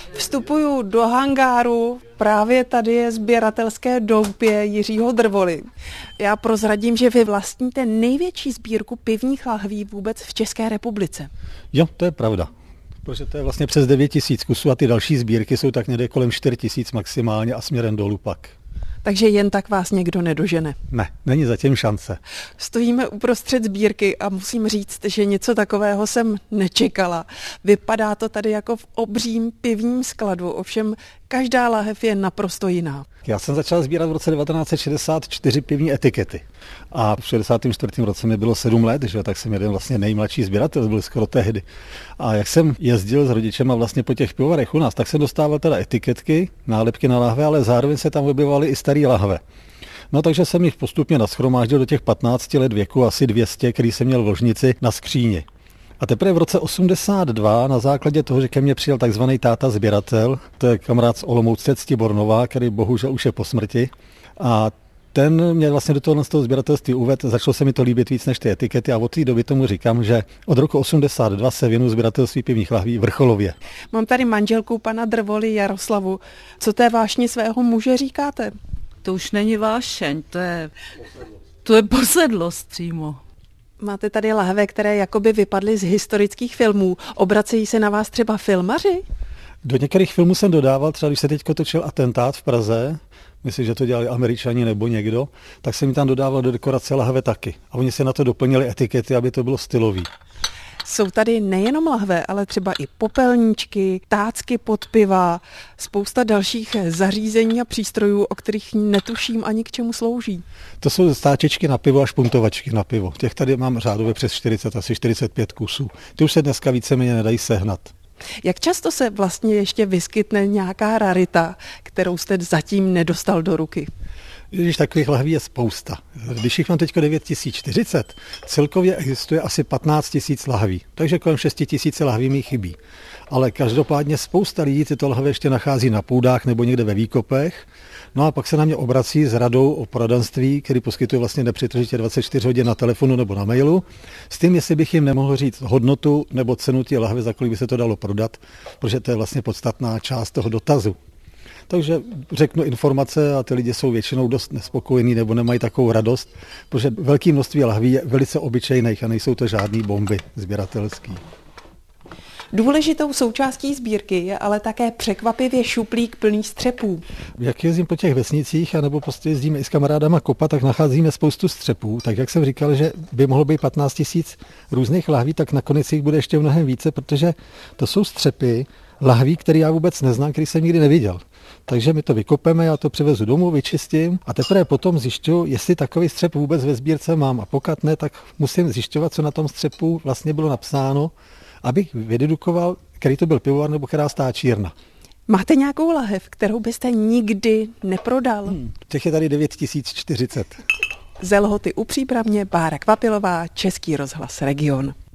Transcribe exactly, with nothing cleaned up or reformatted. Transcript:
Vstupuju do hangáru, právě tady je sběratelské doupě Jiřího Drvoly. Já prozradím, že vy vlastníte největší sbírku pivních lahví vůbec v České republice. Jo, to je pravda. Protože to je vlastně přes devět tisíc kusů a ty další sbírky jsou tak někde kolem čtyři tisíc maximálně a směrem dolů pak. Takže jen tak vás někdo nedožene. Ne, není zatím šance. Stojíme uprostřed sbírky a musím říct, že něco takového jsem nečekala. Vypadá to tady jako v obřím pivním skladu, ovšem každá lahev je naprosto jiná. Já jsem začal sbírat v roce devatenáct set šedesát čtyři pivní etikety a v šedesátém čtvrtém roce mi bylo sedm let, že? Tak jsem jeden vlastně nejmladší sběratel, byl skoro tehdy. A jak jsem jezdil s rodičema vlastně po těch pivovarech u nás, tak jsem dostával teda etiketky, nálepky na lahve, ale zároveň se tam objevovaly i staré lahve. No takže jsem jich postupně nashromáždil do těch patnácti let věku, asi dvě stě, který jsem měl v ložnici na skříni. A teprve v roce osmdesát dva na základě toho, že ke mně přijel takzvaný táta sběratel, to je kamarád z Olomouce Ctibor Nová, který bohužel už je po smrti. A ten mě vlastně do toho, z toho sběratelství uvedl, začalo se mi to líbit víc než ty etikety a od té doby tomu říkám, že od roku osmdesát dva se věnuju sběratelství pivních lahví vrcholově. Mám tady manželku pana Drvoly Jaroslavu. Co té vášni svého muže říkáte? To už není vášeň, to je, to je posedlost přímo. Máte tady lahve, které jakoby vypadly z historických filmů. Obracejí se na vás třeba filmaři? Do některých filmů jsem dodával, třeba když se teď točil Atentát v Praze, myslím, že to dělali Američani nebo někdo, tak jsem mi tam dodával do dekorace lahve taky. A oni si na to doplnili etikety, aby to bylo stylový. Jsou tady nejenom lahve, ale třeba i popelníčky, tácky pod piva, spousta dalších zařízení a přístrojů, o kterých netuším ani k čemu slouží. To jsou stáčečky na pivo a špuntovačky na pivo. Těch tady mám řádově přes čtyřicet, asi čtyřicet pět kusů. Ty už se dneska víceméně nedají sehnat. Jak často se vlastně ještě vyskytne nějaká rarita, kterou jste zatím nedostal do ruky? Když takových lahví je spousta. Když jich mám teď devět tisíc čtyřicet, celkově existuje asi patnáct tisíc lahví, takže kolem šest tisíc lahví mi chybí. Ale každopádně spousta lidí tyto lahve ještě nachází na půdách nebo někde ve výkopech. No a pak se na mě obrací s radou o poradenství, který poskytuje vlastně nepřetržitě dvacet čtyři hodin na telefonu nebo na mailu, s tím, jestli bych jim nemohl říct hodnotu nebo cenu té lahve, za kolik by se to dalo prodat, protože to je vlastně podstatná část toho dotazu. Takže řeknu informace a ty lidi jsou většinou dost nespokojení nebo nemají takovou radost, protože velké množství lahví je velice obyčejných a nejsou to žádný bomby sběratelský. Důležitou součástí sbírky je ale také překvapivě šuplík plný střepů. Jak jezdím po těch vesnicích, anebo prostě jezdíme i s kamarádama kopat, tak nacházíme spoustu střepů. Tak jak jsem říkal, že by mohlo být patnáct tisíc různých lahví, tak nakonec jich bude ještě mnohem více, protože to jsou střepy lahví, které já vůbec neznám, který jsem nikdy neviděl. Takže my to vykopeme, já to přivezu domů, vyčistím a teprve potom zjišťuju, jestli takový střep vůbec ve sbírce mám. A pokud ne, tak musím zjišťovat, co na tom střepu vlastně bylo napsáno, abych vydedukoval, který to byl pivovar nebo která stáčírna. Máte nějakou lahev, kterou byste nikdy neprodal? Hmm, těch je tady devět tisíc čtyřicet. Ze Lhoty u Příbramě, Bára Kvapilová, Český rozhlas Region.